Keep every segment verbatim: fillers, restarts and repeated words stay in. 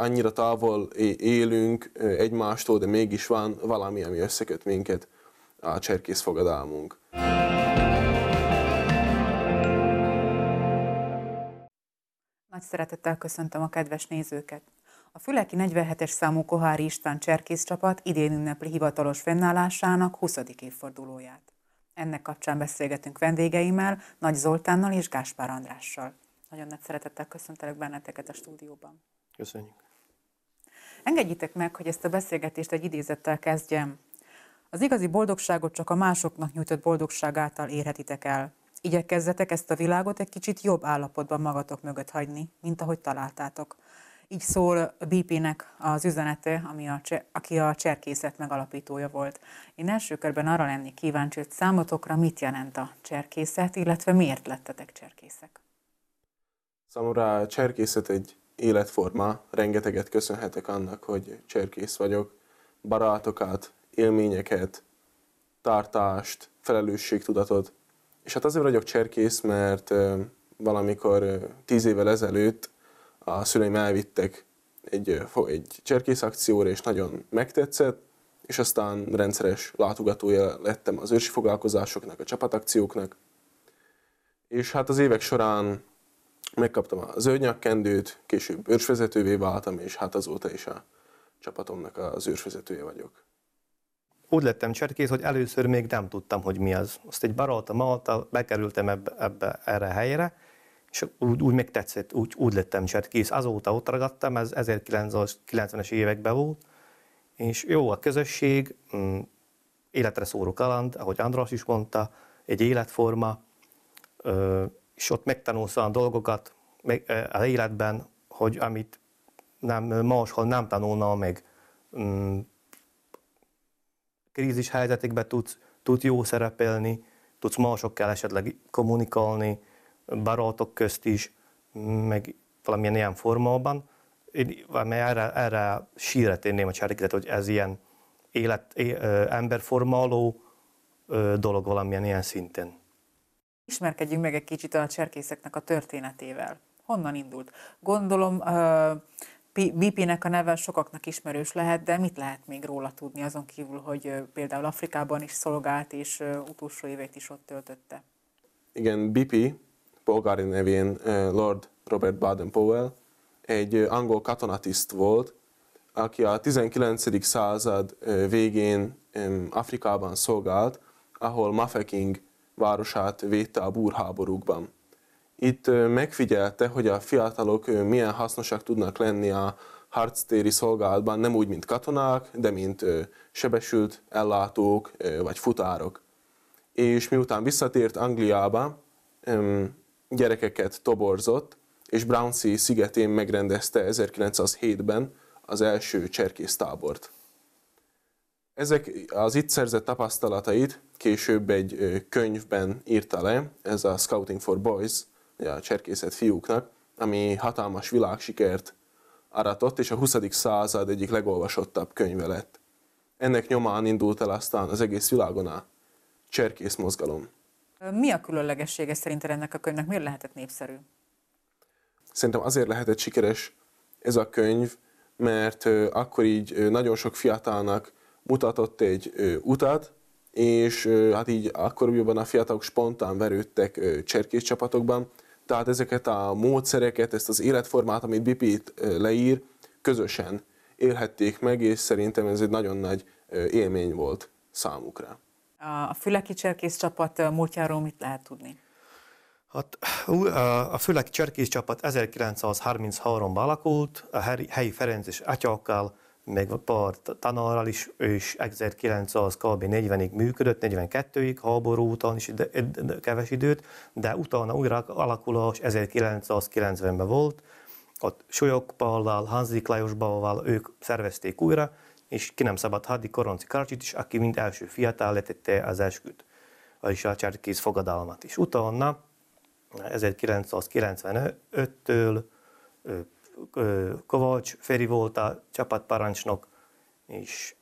annyira távol élünk egymástól, de mégis van valami, ami összeköt minket, a cserkész fogadalmunk. Nagy szeretettel köszöntöm a kedves nézőket! A füleki negyvenhetes számú Koháry István cserkész csapat idén ünnepli hivatalos fennállásának huszadik évfordulóját. Ennek kapcsán beszélgetünk vendégeimmel, Nagy Zoltánnal és Gáspár Andrással. Nagyon nagy szeretettel köszöntelek benneteket a stúdióban. Köszönjük. Engedjétek meg, hogy ezt a beszélgetést egy idézettel kezdjem. Az igazi boldogságot csak a másoknak nyújtott boldogság által érhetitek el. Igyekezzetek ezt a világot egy kicsit jobb állapotban magatok mögött hagyni, mint ahogy találtátok. Így szól bé pé-nek az üzenete, ami a, aki a cserkészet megalapítója volt. Én első körben arra lennék kíváncsi, hogy számotokra mit jelent a cserkészet, illetve miért lettetek cserkészek? Számomra a cserkészet egy életforma, rengeteget köszönhetek annak, hogy cserkész vagyok. Barátokat, élményeket, tartást, felelősségtudatot. És hát azért vagyok cserkész, mert valamikor tíz évvel ezelőtt a szüleim elvittek egy, egy cserkész akcióra, és nagyon megtetszett, és aztán rendszeres látogatója lettem az ősi foglalkozásoknak, a csapatakcióknak. És hát az évek során megkaptam a zöld nyakkendőt, később őrsvezetővé váltam, és hát azóta is a csapatomnak az őrsvezetője vagyok. Úgy lettem cserkész, hogy először még nem tudtam, hogy mi az. Azt egy barátom által bekerültem ebbe, ebbe, erre a helyre, és úgy, úgy megtetszett, úgy, úgy lettem cserkész. Azóta ott ragadtam, ez ezerkilencszázkilencvenes években volt, és jó a közösség, életre szóró kaland, ahogy András is mondta, egy életforma, és ott megtanulsz olyan dolgokat az életben, hogy amit nem, máshol nem tanulna meg. Krízis helyzetekben tudsz, tudsz jó szerepelni, tudsz másokkal esetleg kommunikálni, barátok közt is, meg valamilyen ilyen formában. Én erre, erre sírre tenném a cserkészet, hogy ez ilyen élet, é, emberformáló dolog valamilyen ilyen szinten. Ismerkedjünk meg egy kicsit a cserkészeknek a történetével. Honnan indult? Gondolom, bé pé-nek a neve sokaknak ismerős lehet, de mit lehet még róla tudni, azon kívül, hogy például Afrikában is szolgált, és utolsó éveit is ott töltötte? Igen, bé pé, polgári nevén Lord Robert Baden-Powell, egy angol katonatiszt volt, aki a tizenkilencedik század végén Afrikában szolgált, ahol Mafeking városát védte a búrháborúkban. Itt megfigyelte, hogy a fiatalok milyen hasznosak tudnak lenni a harctéri szolgálatban, nem úgy, mint katonák, de mint sebesült ellátók vagy futárok. És miután visszatért Angliába, gyerekeket toborzott, és Brownsea szigetén megrendezte ezerkilencszázhétben az első cserkésztábort. Ezek az itt szerzett tapasztalatait később egy könyvben írta le, ez a Scouting for Boys, a cserkészet fiúknak, ami hatalmas világsikert aratott, és a huszadik század egyik legolvasottabb könyve lett. Ennek nyomán indult el aztán az egész világon a cserkész mozgalom. Mi a különlegessége szerinted ennek a könyvnek? Miért lehetett népszerű? Szerintem azért lehetett sikeres ez a könyv, mert akkor így nagyon sok fiatalnak mutatott egy utat, és hát így akkoriban a fiatalok spontán verődtek cserkész csapatokban, tehát ezeket a módszereket, ezt az életformát, amit bé pé leír, közösen élhették meg, és szerintem ez egy nagyon nagy élmény volt számukra. A füleki cserkész csapat múltjáról mit lehet tudni? Hát, a füleki cserkész csapat ezerkilencszázharminchárom-ban alakult, a helyi Ferenc és atyákkal, meg a pár tanárral is, és ezerkilencszáznegyvenig működött, negyvenkettőig, háború után is keves időt, de utána újra alakulás ezerkilencszázkilencvenben volt, ott Solyok Pállal, Hanzik Lajos Bával ők szervezték újra, és ki nem szabad hagyni Koronci Karcsit is, aki mind első fiatal letette az esküt, vagyis a cserkész fogadalmat is. Utána ezerkilencszázkilencvenöttől Kovács Feri volt a csapatparancsnok, és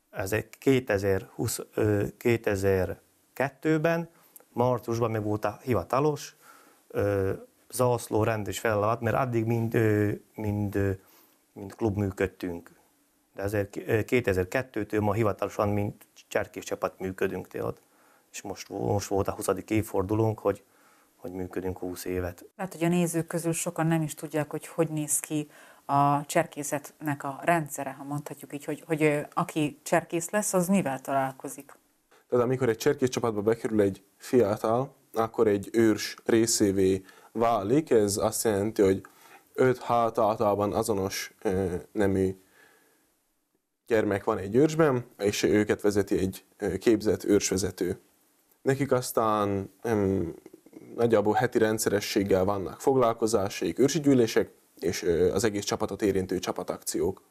kétezer-kettőben márciusban meg volt a hivatalos zászló rend és feladat, mert addig mind, mind mint klub működtünk. De kétezer-kettőtől ma hivatalosan, mint cserkész csapat működünk. Tehát. És most, most volt a huszadik évfordulónk, hogy, hogy működünk húsz évet. Lehet, hogy a nézők közül sokan nem is tudják, hogy hogy néz ki a cserkészetnek a rendszere, ha mondhatjuk így, hogy, hogy aki cserkész lesz, az mivel találkozik? Tehát amikor egy cserkész csapatba bekerül egy fiatal, akkor egy őrs részévé válik. Ez azt jelenti, hogy öt-hat általában azonos nemű gyermek van egy őrsben, és őket vezeti egy képzett őrsvezető. Nekik aztán um, nagyjából heti rendszerességgel vannak foglalkozásaik, őrsi gyűlések, és uh, az egész csapatot érintő csapatakciók.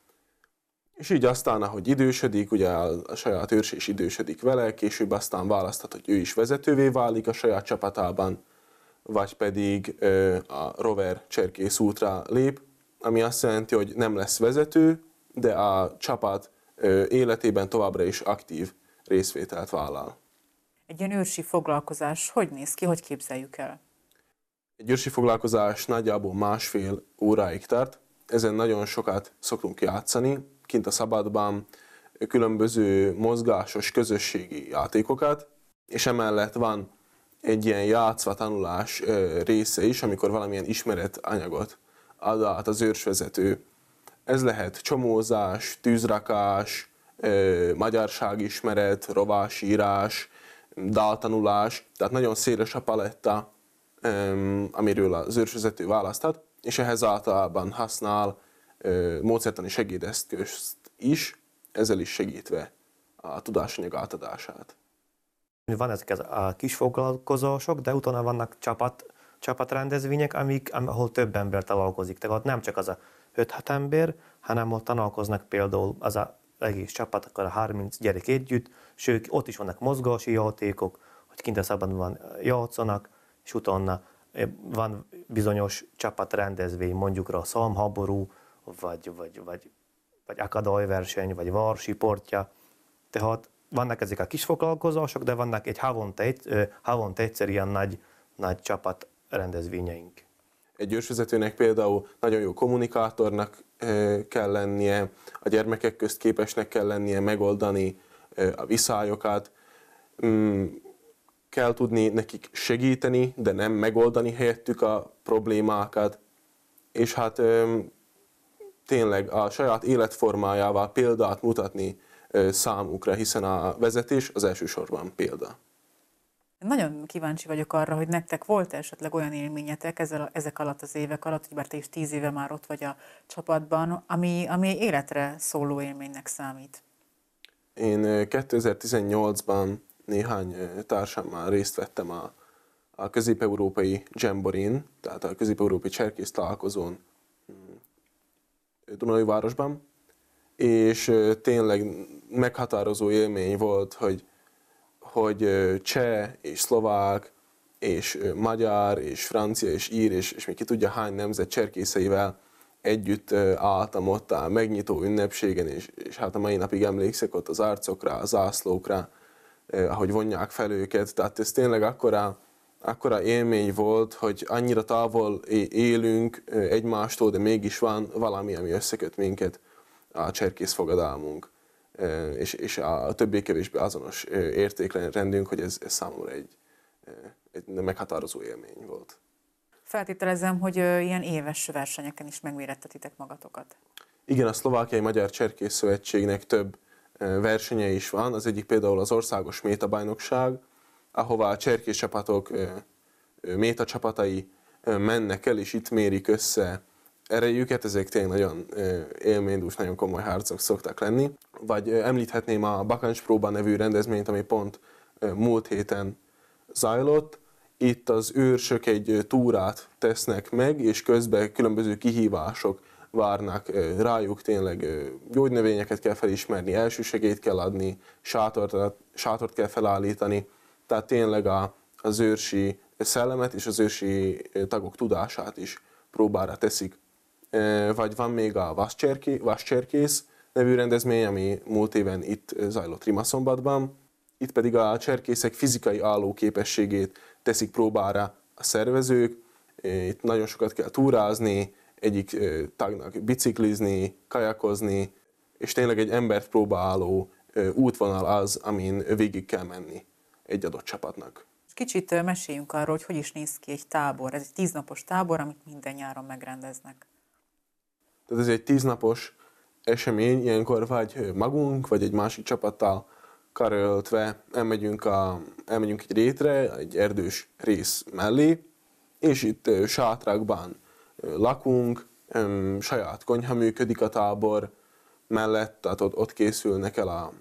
És így aztán, ahogy idősödik, ugye a, a saját őrs is idősödik vele, később aztán választhat, hogy ő is vezetővé válik a saját csapatában, vagy pedig uh, a rover cserkész útra lép, ami azt jelenti, hogy nem lesz vezető, de a csapat uh, életében továbbra is aktív részvételt vállal. Egy ilyen őrsi foglalkozás hogy néz ki, hogy képzeljük el? Egy őrsi foglalkozás nagyjából másfél óráig tart. Ezen nagyon sokat szoktunk játszani, kint a szabadban, különböző mozgásos közösségi játékokat, és emellett van egy ilyen játszva-tanulás része is, amikor valamilyen ismeretanyagot ad át az őrsvezető. Ez lehet csomózás, tűzrakás, magyarságismeret, rovásírás, dáltanulás, tehát nagyon széles a paletta, amiről az őrsvezető választhat, és ehhez általában használ módszertani segédeszközt is, ezzel is segítve a tudásanyag átadását. Van ezek a kis foglalkozások, de utána vannak csapat, csapatrendezvények, amik, ahol több ember találkozik. Tehát nem csak az a öt-hat ember, hanem ott találkoznak például az a egész csapat, akkor a harminc gyerek együtt, sőt, ott is vannak mozgási játékok, hogy kint a szabadban játszanak, és utána van bizonyos csapatrendezvény, mondjuk rá szalmháború, vagy, vagy, vagy, vagy akadályverseny, vagy varsiportja. Tehát vannak ezek a kis foglalkozások, de vannak egy havonta, egy, havonta egyszer ilyen nagy, nagy csapatrendezvényeink. Egy őrsvezetőnek például nagyon jó kommunikátornak kell lennie, a gyermekek közt képesnek kell lennie megoldani a viszályokat, kell tudni nekik segíteni, de nem megoldani helyettük a problémákat, és hát tényleg a saját életformájával példát mutatni számukra, hiszen a vezetés az elsősorban példa. Nagyon kíváncsi vagyok arra, hogy nektek volt esetleg olyan élményetek ezzel, ezek alatt az évek alatt, hogy bár te is tíz éve már ott vagy a csapatban, ami, ami életre szóló élménynek számít. Én kétezer-tizennyolcban néhány társammal részt vettem a, a közép-európai Jamborin, tehát a közép-európai cserkész találkozón Dunajvárosban, és tényleg meghatározó élmény volt, hogy hogy cseh és szlovák, és magyar, és francia, és ír, és, és még ki tudja hány nemzet cserkészeivel együtt álltam ott a megnyitó ünnepségen, és, és hát a mai napig emlékszek ott az arcokra, az zászlókra, eh, ahogy vonják fel őket. Tehát ez tényleg akkora, akkora élmény volt, hogy annyira távol élünk egymástól, de mégis van valami, ami összeköt minket, a cserkész fogadalmunk. És, és a többé-kevésbé azonos értékrendünk, hogy ez, ez számomra egy, egy meghatározó élmény volt. Feltételezem, hogy ilyen éves versenyeken is megmérettetitek magatokat. Igen, a Szlovákiai Magyar Cserkész Szövetségnek több versenye is van. Az egyik például az országos métabajnokság, ahová a cserkész csapatok métacsapatai mennek el, és itt mérik össze erejüket, ezek tényleg nagyon élménydús, nagyon komoly harcok szoktak lenni. Vagy említhetném a Bakancspróba nevű rendezvényt, ami pont múlt héten zajlott. Itt az őrsök egy túrát tesznek meg, és közben különböző kihívások várnak rájuk, tényleg gyógynövényeket kell felismerni, elsősegélyt kell adni, sátort, sátort kell felállítani, tehát tényleg a, az őrsi szellemet és az őrsi tagok tudását is próbára teszik. Vagy van még a Vascserkész nevű rendezvény, ami múlt éven itt zajlott Rimaszombatban. Itt pedig a cserkészek fizikai állóképességét teszik próbára a szervezők. Itt nagyon sokat kell túrázni, egyik tagnak biciklizni, kajakozni, és tényleg egy embert próbáló útvonal az, amin végig kell menni egy adott csapatnak. Kicsit meséljünk arról, hogy hogy is néz ki egy tábor. Ez egy tíznapos tábor, amit minden nyáron megrendeznek. Tehát ez egy tíznapos esemény, ilyenkor vagy magunk, vagy egy másik csapattal karöltve elmegyünk, a, elmegyünk egy rétre, egy erdős rész mellé, és itt sátrakban lakunk, saját konyha működik a tábor mellett, tehát ott, ott készülnek el a,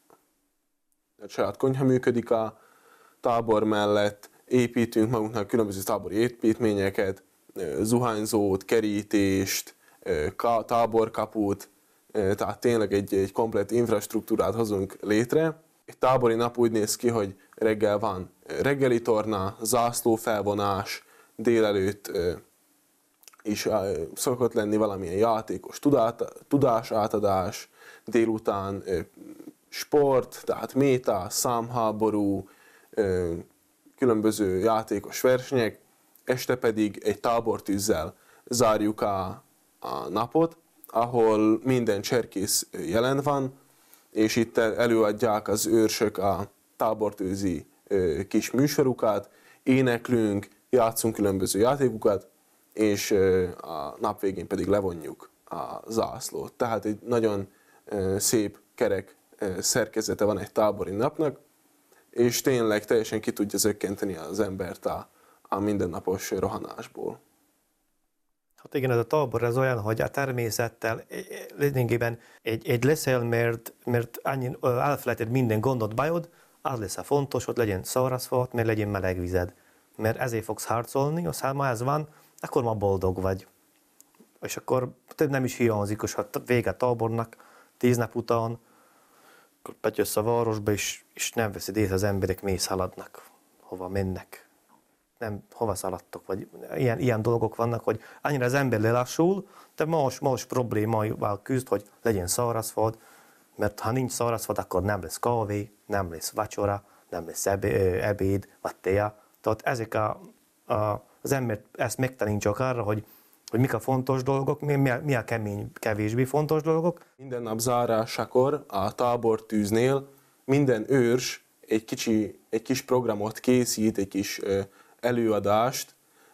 a saját konyha működik a tábor mellett, építünk magunknak különböző tábori építményeket, zuhányzót, kerítést, táborkaput, tehát tényleg egy, egy komplett infrastruktúrát hozunk létre. Egy tábori nap úgy néz ki, hogy reggel van reggeli torna, zászlófelvonás, délelőtt is szokott lenni valamilyen játékos tudásátadás, délután sport, tehát méta, számháború, különböző játékos versenyek, este pedig egy tábortűzzel zárjuk a, a napot, ahol minden cserkész jelen van, és itt előadják az őrsök a tábortűzi kis műsorukat, éneklünk, játszunk különböző játékokat, és a nap végén pedig levonjuk a zászlót. Tehát egy nagyon szép, kerek szerkezete van egy tábori napnak, és tényleg teljesen ki tudja zökkenteni az embert a, a mindennapos rohanásból. Hát igen, ez a tábor ez olyan, hogy a természettel lényegében egy, egy leszel, mert, mert annyi elfelejted minden gondot, bajod, az lesz a fontos, hogy legyen szárazföld, mert legyen meleg vized. Mert ezért fogsz harcolni, ha ma ez van, akkor ma boldog vagy. És akkor több nem is hiányzik, és ha vége a tábornak, tíz nap után, akkor bejössz a városba, és, és nem veszed észre, az emberek mély szaladnak, hova mennek. Nem, hova szaladtok, vagy ilyen, ilyen dolgok vannak, hogy annyira az ember lelassul, de más, más problémával küzd, hogy legyen szárazföld, mert ha nincs szárazföld, akkor nem lesz kávé, nem lesz vacsora, nem lesz ebéd, vagy tea. Tehát ezek a, a, az ember ezt megtanítsak arra, hogy, hogy mik a fontos dolgok, mi a, mi a kemény, kevésbé fontos dolgok. Minden nap zárásakor a tábortűznél minden őrs egy, kicsi, egy kis programot készít, egy kis előadást,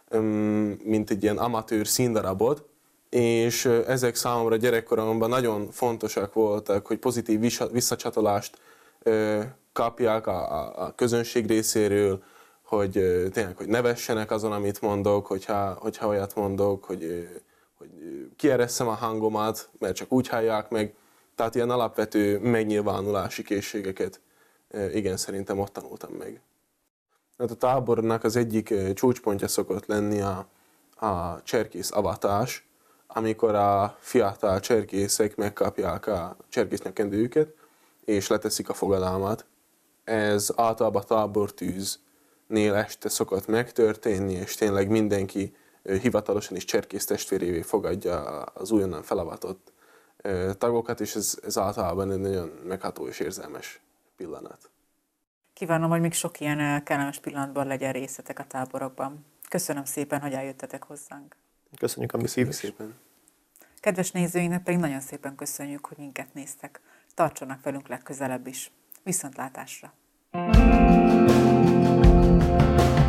mint egy ilyen amatőr színdarabot, és ezek számomra gyerekkoromban nagyon fontosak voltak, hogy pozitív visszacsatolást kapják a, a közönség részéről, hogy tényleg, hogy nevessenek azon, amit mondok, hogyha, hogyha olyat mondok, hogy, hogy kieresszem a hangomat, mert csak úgy hallják meg. Tehát ilyen alapvető megnyilvánulási készségeket igen, szerintem ott tanultam meg. Hát a tábornak az egyik csúcspontja szokott lenni a, a cserkész avatás, amikor a fiatal cserkészek megkapják a cserkésznyakkendőjüket, és leteszik a fogadalmat. Ez általában tábortűznél este szokott megtörténni, és tényleg mindenki hivatalosan is cserkész testvérévé fogadja az újonnan felavatott tagokat, és ez, ez általában egy nagyon megható és érzelmes pillanat. Kívánom, hogy még sok ilyen kellemes pillanatban legyen részletek a táborokban. Köszönöm szépen, hogy eljöttetek hozzánk. Köszönjük a mi szépen. Kedves nézőinknek pedig nagyon szépen köszönjük, hogy minket néztek. Tartsanak velünk legközelebb is. Viszontlátásra!